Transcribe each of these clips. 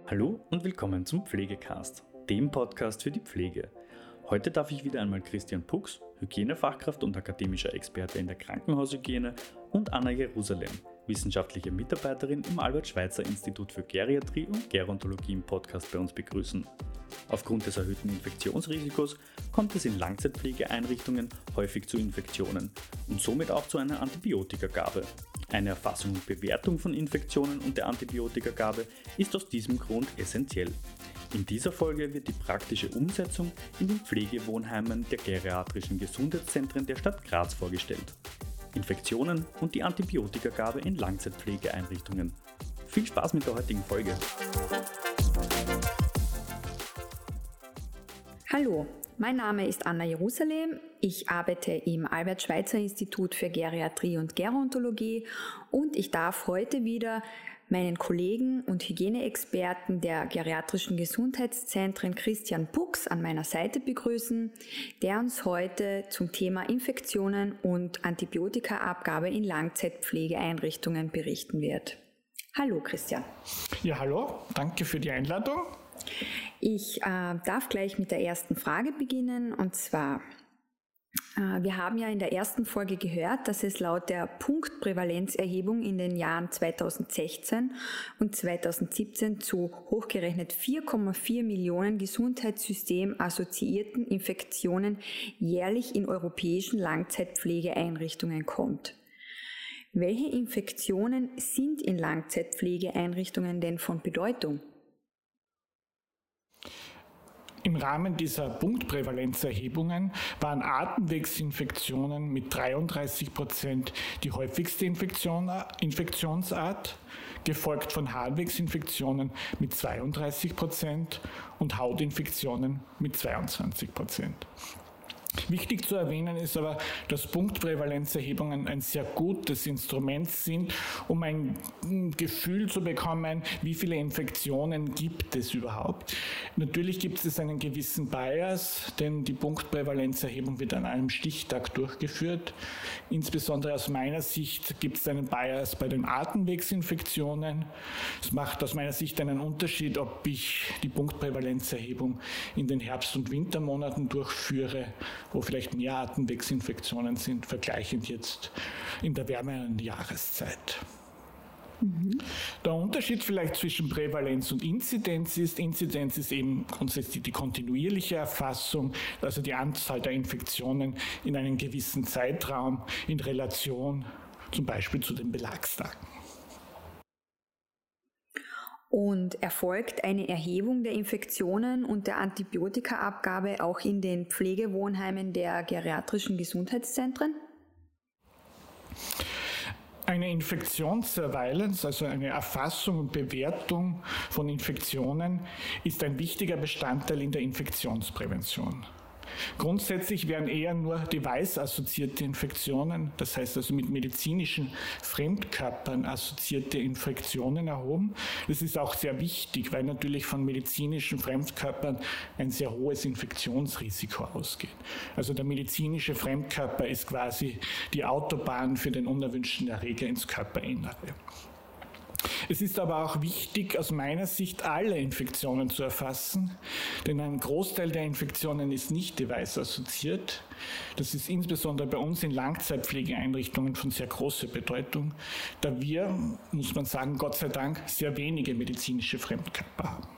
Hallo und willkommen zum Pflegecast, dem Podcast für die Pflege. Heute darf ich wieder einmal Christian Pux, Hygienefachkraft und akademischer Experte in der Krankenhaushygiene, und Anna Jerusalem, wissenschaftliche Mitarbeiterin im Albert-Schweitzer-Institut für Geriatrie und Gerontologie im Podcast bei uns begrüßen. Aufgrund des erhöhten Infektionsrisikos kommt es in Langzeitpflegeeinrichtungen häufig zu Infektionen und somit auch zu einer Antibiotikagabe. Eine Erfassung und Bewertung von Infektionen und der Antibiotikagabe ist aus diesem Grund essentiell. In dieser Folge wird die praktische Umsetzung in den Pflegewohnheimen der geriatrischen Gesundheitszentren der Stadt Graz vorgestellt. Infektionen und die Antibiotikagabe in Langzeitpflegeeinrichtungen. Viel Spaß mit der heutigen Folge! Hallo, mein Name ist Anna Jerusalem. Ich arbeite im Albert-Schweitzer-Institut für Geriatrie und Gerontologie und ich darf heute wieder meinen Kollegen und Hygieneexperten der geriatrischen Gesundheitszentren Christian Pux an meiner Seite begrüßen, der uns heute zum Thema Infektionen und Antibiotikaabgabe in Langzeitpflegeeinrichtungen berichten wird. Hallo Christian. Ja, hallo, danke für die Einladung. Ich darf gleich mit der ersten Frage beginnen, und zwar, wir haben ja in der ersten Folge gehört, dass es laut der Punktprävalenzerhebung in den Jahren 2016 und 2017 zu hochgerechnet 4,4 Millionen gesundheitssystem-assoziierten Infektionen jährlich in europäischen Langzeitpflegeeinrichtungen kommt. Welche Infektionen sind in Langzeitpflegeeinrichtungen denn von Bedeutung? Im Rahmen dieser Punktprävalenzerhebungen waren Atemwegsinfektionen mit 33% die häufigste Infektionsart, gefolgt von Harnwegsinfektionen mit 32% und Hautinfektionen mit 22%. Wichtig zu erwähnen ist aber, dass Punktprävalenzerhebungen ein sehr gutes Instrument sind, um ein Gefühl zu bekommen, wie viele Infektionen gibt es überhaupt. Natürlich gibt es einen gewissen Bias, denn die Punktprävalenzerhebung wird an einem Stichtag durchgeführt. Insbesondere aus meiner Sicht gibt es einen Bias bei den Atemwegsinfektionen. Es macht aus meiner Sicht einen Unterschied, ob ich die Punktprävalenzerhebung in den Herbst- und Wintermonaten durchführe, wo vielleicht mehr Atemwegsinfektionen sind, vergleichend jetzt in der wärmeren Jahreszeit. Der Unterschied vielleicht zwischen Prävalenz und Inzidenz ist eben grundsätzlich die kontinuierliche Erfassung, also die Anzahl der Infektionen in einem gewissen Zeitraum in Relation zum Beispiel zu den Belagstagen. Und erfolgt eine Erhebung der Infektionen und der Antibiotikaabgabe auch in den Pflegewohnheimen der geriatrischen Gesundheitszentren? Eine Infektionssurveillance, also eine Erfassung und Bewertung von Infektionen, ist ein wichtiger Bestandteil in der Infektionsprävention. Grundsätzlich werden eher nur device-assoziierte Infektionen, das heißt also mit medizinischen Fremdkörpern assoziierte Infektionen erhoben. Das ist auch sehr wichtig, weil natürlich von medizinischen Fremdkörpern ein sehr hohes Infektionsrisiko ausgeht. Also der medizinische Fremdkörper ist quasi die Autobahn für den unerwünschten Erreger ins Körperinnere. Es ist aber auch wichtig, aus meiner Sicht alle Infektionen zu erfassen, denn ein Großteil der Infektionen ist nicht device-assoziiert. Das ist insbesondere bei uns in Langzeitpflegeeinrichtungen von sehr großer Bedeutung, da wir, muss man sagen, Gott sei Dank, sehr wenige medizinische Fremdkörper haben.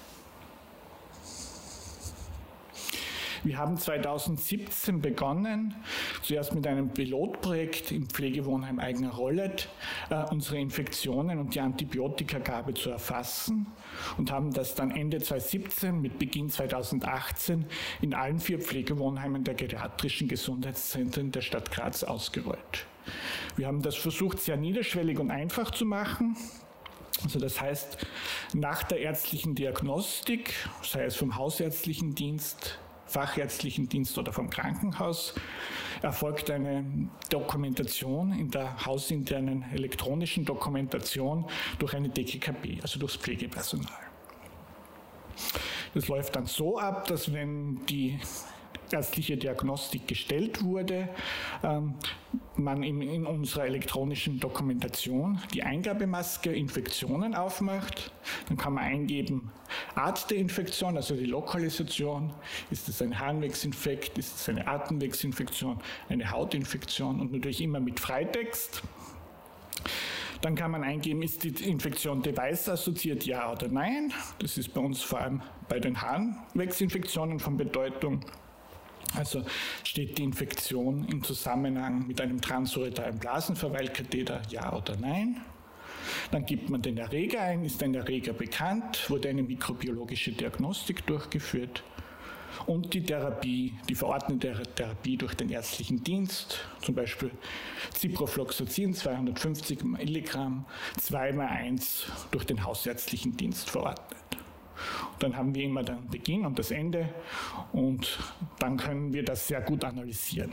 Wir haben 2017 begonnen, zuerst mit einem Pilotprojekt im Pflegewohnheim Eigner-Rollet, unsere Infektionen und die Antibiotikagabe zu erfassen und haben das dann Ende 2017 mit Beginn 2018 in allen 4 Pflegewohnheimen der geriatrischen Gesundheitszentren der Stadt Graz ausgerollt. Wir haben das versucht, sehr niederschwellig und einfach zu machen. Also das heißt, nach der ärztlichen Diagnostik, sei es vom hausärztlichen Dienst, fachärztlichen Dienst oder vom Krankenhaus, erfolgt eine Dokumentation in der hausinternen elektronischen Dokumentation durch eine DGKB, also durchs Pflegepersonal. Das läuft dann so ab, dass wenn die ärztliche Diagnostik gestellt wurde, man in unserer elektronischen Dokumentation die Eingabemaske Infektionen aufmacht. Dann kann man eingeben Art der Infektion, also die Lokalisation. Ist es ein Harnwegsinfekt, ist es eine Atemwegsinfektion, eine Hautinfektion und natürlich immer mit Freitext. Dann kann man eingeben, ist die Infektion device-assoziiert, ja oder nein. Das ist bei uns vor allem bei den Harnwegsinfektionen von Bedeutung. Also steht die Infektion im Zusammenhang mit einem transuretalen Blasenverweilkatheter, ja oder nein. Dann gibt man den Erreger ein, ist ein Erreger bekannt, wurde eine mikrobiologische Diagnostik durchgeführt. Und die Therapie, die verordnete Therapie durch den ärztlichen Dienst, zum Beispiel Ciprofloxacin 250 Milligramm, 2x1 durch den hausärztlichen Dienst verordnet. Und dann haben wir immer den Beginn und das Ende und dann können wir das sehr gut analysieren.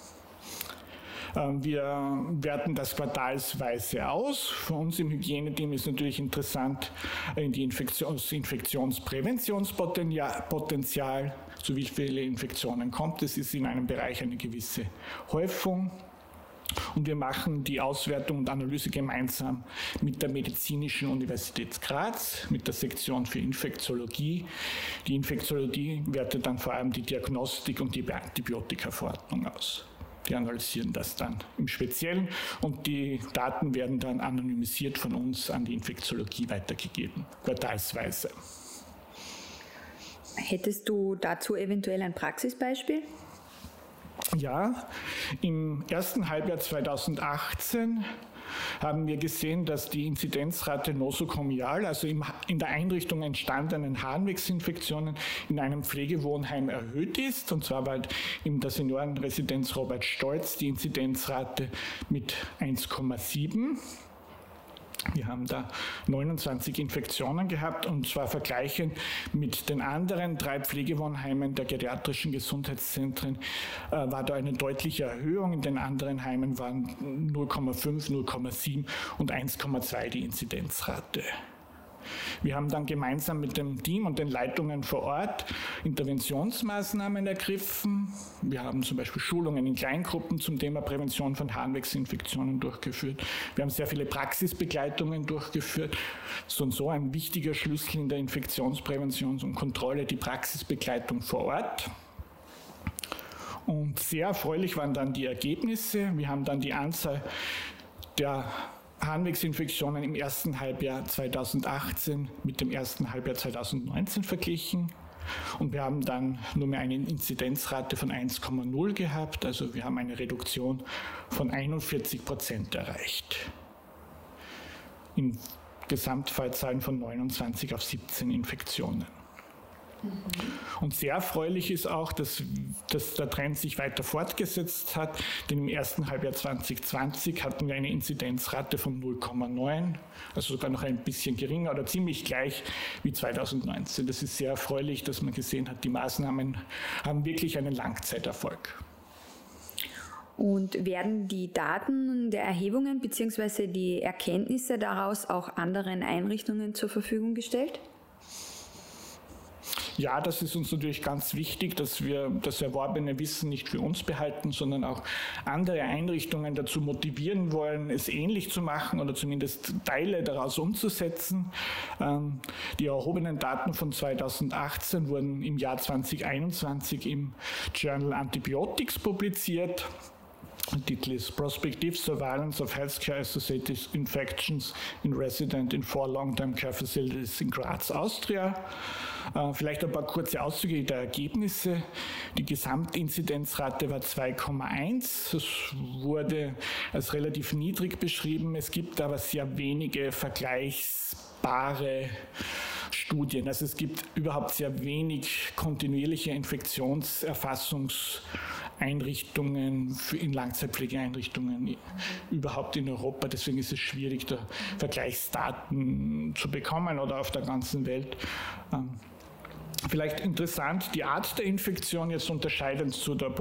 Wir werten das quartalsweise aus. Für uns im Hygieneteam ist natürlich interessant das Infektionspräventionspotenzial, zu wie viele Infektionen kommt. Es ist in einem Bereich eine gewisse Häufung. Und wir machen die Auswertung und Analyse gemeinsam mit der Medizinischen Universität Graz, mit der Sektion für Infektiologie. Die Infektiologie wertet dann vor allem die Diagnostik und die Antibiotikaverordnung aus. Die analysieren das dann im Speziellen und die Daten werden dann anonymisiert von uns an die Infektiologie weitergegeben, quartalsweise. Hättest du dazu eventuell ein Praxisbeispiel? Ja, im ersten Halbjahr 2018 haben wir gesehen, dass die Inzidenzrate nosokomial, also in der Einrichtung entstandenen Harnwegsinfektionen in einem Pflegewohnheim erhöht ist. Und zwar war in der Seniorenresidenz Robert Stolz die Inzidenzrate mit 1,7. Wir haben da 29 Infektionen gehabt und zwar vergleichend mit den anderen 3 Pflegewohnheimen der geriatrischen Gesundheitszentren war da eine deutliche Erhöhung. In den anderen Heimen waren 0,5, 0,7 und 1,2 die Inzidenzrate. Wir haben dann gemeinsam mit dem Team und den Leitungen vor Ort Interventionsmaßnahmen ergriffen. Wir haben zum Beispiel Schulungen in Kleingruppen zum Thema Prävention von Harnwegsinfektionen durchgeführt. Wir haben sehr viele Praxisbegleitungen durchgeführt. So ein wichtiger Schlüssel in der Infektionsprävention und Kontrolle, die Praxisbegleitung vor Ort. Und sehr erfreulich waren dann die Ergebnisse. Wir haben dann die Anzahl der Harnwegsinfektionen im ersten Halbjahr 2018 mit dem ersten Halbjahr 2019 verglichen. Und wir haben dann nur mehr eine Inzidenzrate von 1,0 gehabt. Also wir haben eine Reduktion von 41% erreicht. In Gesamtfallzahlen von 29 auf 17 Infektionen. Und sehr erfreulich ist auch, dass der Trend sich weiter fortgesetzt hat, denn im ersten Halbjahr 2020 hatten wir eine Inzidenzrate von 0,9, also sogar noch ein bisschen geringer oder ziemlich gleich wie 2019. Das ist sehr erfreulich, dass man gesehen hat, die Maßnahmen haben wirklich einen Langzeiterfolg. Und werden die Daten der Erhebungen bzw. die Erkenntnisse daraus auch anderen Einrichtungen zur Verfügung gestellt? Ja, das ist uns natürlich ganz wichtig, dass wir das erworbene Wissen nicht für uns behalten, sondern auch andere Einrichtungen dazu motivieren wollen, es ähnlich zu machen oder zumindest Teile daraus umzusetzen. Die erhobenen Daten von 2018 wurden im Jahr 2021 im Journal Antibiotics publiziert. Der Titel ist Prospective Surveillance of Healthcare-Associated Infections in Resident in 4 Long-Term Care Facilities in Graz, Austria. Vielleicht ein paar kurze Auszüge der Ergebnisse. Die Gesamtinzidenzrate war 2,1. Das wurde als relativ niedrig beschrieben. Es gibt aber sehr wenige vergleichbare Studien. Also es gibt überhaupt sehr wenig kontinuierliche Infektionserfassungseinrichtungen in Langzeitpflegeeinrichtungen überhaupt in Europa. Deswegen ist es schwierig, da Vergleichsdaten zu bekommen oder auf der ganzen Welt. Vielleicht interessant, die Art der Infektion jetzt unterscheidend zu der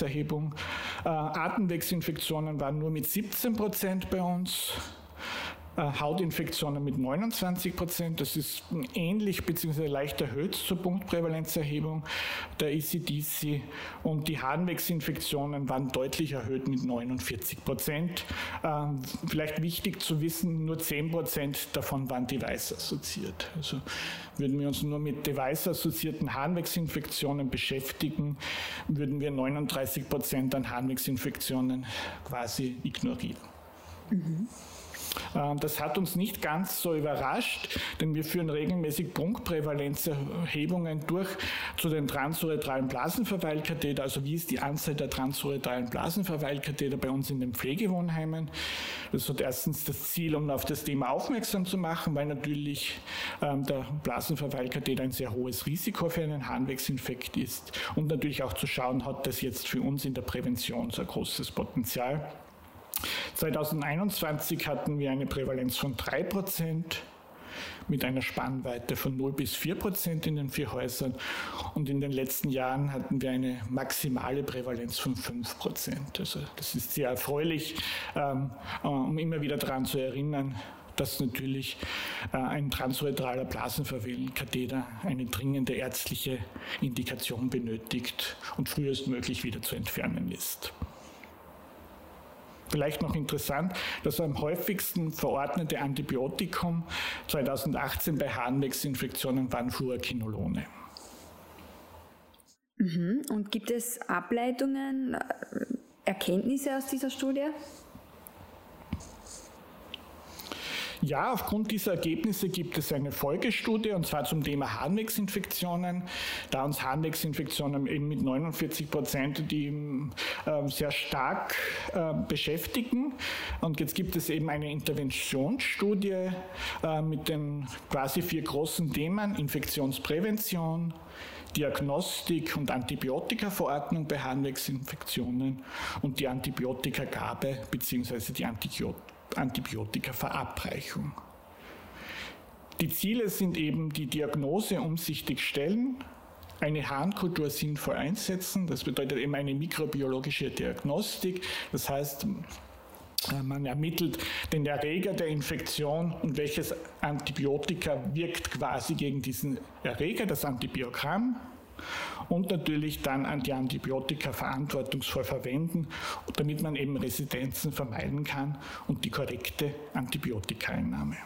Punktprävalenzerhebung. Atemwegsinfektionen waren nur mit 17% bei uns. Hautinfektionen mit 29%, das ist ähnlich bzw. leicht erhöht zur Punktprävalenzerhebung der ECDC, und die Harnwegsinfektionen waren deutlich erhöht mit 49%. Vielleicht wichtig zu wissen, nur 10% davon waren device-assoziiert. Also würden wir uns nur mit device-assoziierten Harnwegsinfektionen beschäftigen, würden wir 39% an Harnwegsinfektionen quasi ignorieren. Mhm. Das hat uns nicht ganz so überrascht, denn wir führen regelmäßig Punktprävalenzerhebungen durch zu den transuretralen Blasenverweilkatheter, also wie ist die Anzahl der transuretralen Blasenverweilkatheter bei uns in den Pflegewohnheimen. Das hat erstens das Ziel, um auf das Thema aufmerksam zu machen, weil natürlich der Blasenverweilkatheter ein sehr hohes Risiko für einen Harnwegsinfekt ist, und natürlich auch zu schauen, hat das jetzt für uns in der Prävention so ein großes Potenzial. 2021 hatten wir eine Prävalenz von 3% mit einer Spannweite von 0 bis 4% in den 4 Häusern, und in den letzten Jahren hatten wir eine maximale Prävalenz von 5%. Also das ist sehr erfreulich, um immer wieder daran zu erinnern, dass natürlich ein transuretraler Blasenverweilkatheter eine dringende ärztliche Indikation benötigt und frühestmöglich wieder zu entfernen ist. Vielleicht noch interessant, das am häufigsten verordnete Antibiotikum 2018 bei Harnwegsinfektionen waren Fluorquinolone. Und gibt es Ableitungen, Erkenntnisse aus dieser Studie? Ja, aufgrund dieser Ergebnisse gibt es eine Folgestudie, und zwar zum Thema Harnwegsinfektionen, da uns Harnwegsinfektionen eben mit 49%, die sehr stark beschäftigen. Und jetzt gibt es eben eine Interventionsstudie mit den quasi 4 großen Themen: Infektionsprävention, Diagnostik und Antibiotikaverordnung bei Harnwegsinfektionen und die Antibiotikagabe bzw. die Antibiotikaverabreichung. Die Ziele sind eben die Diagnose umsichtig stellen, eine Harnkultur sinnvoll einsetzen, das bedeutet eben eine mikrobiologische Diagnostik, das heißt, man ermittelt den Erreger der Infektion und welches Antibiotika wirkt quasi gegen diesen Erreger, das Antibiogramm. Und natürlich dann die Antibiotika verantwortungsvoll verwenden, damit man eben Residenzen vermeiden kann und die korrekte Antibiotikaeinnahme.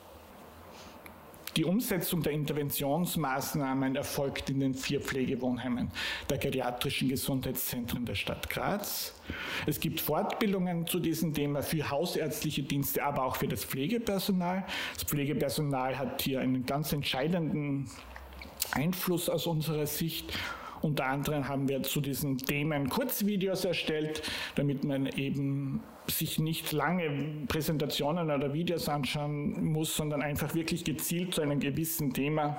Die Umsetzung der Interventionsmaßnahmen erfolgt in den 4 Pflegewohnheimen der geriatrischen Gesundheitszentren der Stadt Graz. Es gibt Fortbildungen zu diesem Thema für hausärztliche Dienste, aber auch für das Pflegepersonal. Das Pflegepersonal hat hier einen ganz entscheidenden Einfluss aus unserer Sicht. Unter anderem haben wir zu diesen Themen Kurzvideos erstellt, damit man eben sich nicht lange Präsentationen oder Videos anschauen muss, sondern einfach wirklich gezielt zu einem gewissen Thema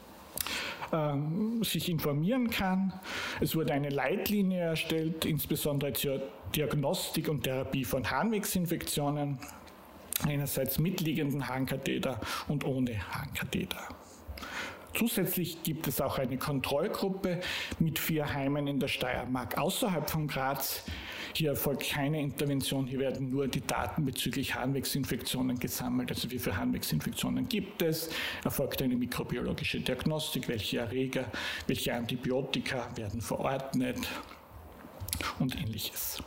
sich informieren kann. Es wurde eine Leitlinie erstellt, insbesondere zur Diagnostik und Therapie von Harnwegsinfektionen, einerseits mit liegendem Harnkatheter und ohne Harnkatheter. Zusätzlich gibt es auch eine Kontrollgruppe mit 4 Heimen in der Steiermark außerhalb von Graz. Hier erfolgt keine Intervention, hier werden nur die Daten bezüglich Harnwegsinfektionen gesammelt. Also wie viele Harnwegsinfektionen gibt es, erfolgt eine mikrobiologische Diagnostik, welche Erreger, welche Antibiotika werden verordnet und Ähnliches.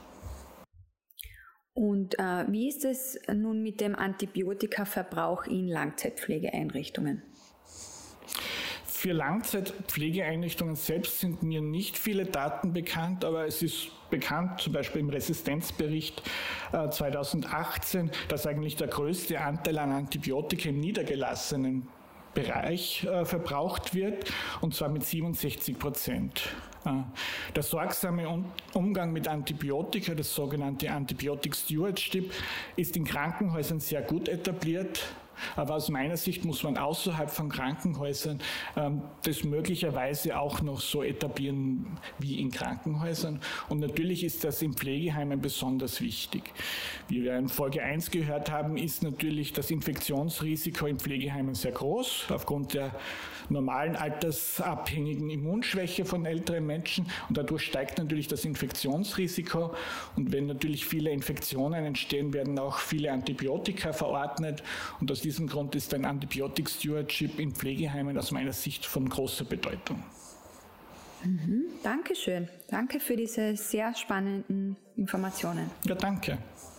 Und wie ist es nun mit dem Antibiotikaverbrauch in Langzeitpflegeeinrichtungen? Für Langzeitpflegeeinrichtungen selbst sind mir nicht viele Daten bekannt, aber es ist bekannt, zum Beispiel im Resistenzbericht 2018, dass eigentlich der größte Anteil an Antibiotika im niedergelassenen Bereich verbraucht wird, und zwar mit 67%. Der sorgsame Umgang mit Antibiotika, das sogenannte Antibiotic Stewardship, ist in Krankenhäusern sehr gut etabliert. Aber aus meiner Sicht muss man außerhalb von Krankenhäusern das möglicherweise auch noch so etablieren wie in Krankenhäusern. Und natürlich ist das in Pflegeheimen besonders wichtig. Wie wir in Folge 1 gehört haben, ist natürlich das Infektionsrisiko in Pflegeheimen sehr groß, aufgrund der normalen altersabhängigen Immunschwäche von älteren Menschen. Und dadurch steigt natürlich das Infektionsrisiko. Und wenn natürlich viele Infektionen entstehen, werden auch viele Antibiotika verordnet. Und aus diesem Grund ist ein Antibiotic Stewardship in Pflegeheimen aus meiner Sicht von großer Bedeutung. Dankeschön. Danke für diese sehr spannenden Informationen. Ja, danke.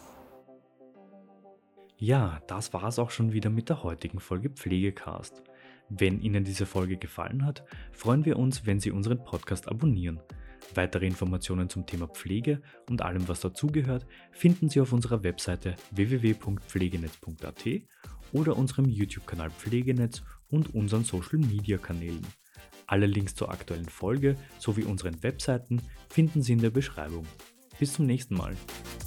Ja, das war es auch schon wieder mit der heutigen Folge Pflegecast. Wenn Ihnen diese Folge gefallen hat, freuen wir uns, wenn Sie unseren Podcast abonnieren. Weitere Informationen zum Thema Pflege und allem, was dazugehört, finden Sie auf unserer Webseite www.pflegenetz.at oder unserem YouTube-Kanal Pflegenetz und unseren Social-Media-Kanälen. Alle Links zur aktuellen Folge sowie unseren Webseiten finden Sie in der Beschreibung. Bis zum nächsten Mal.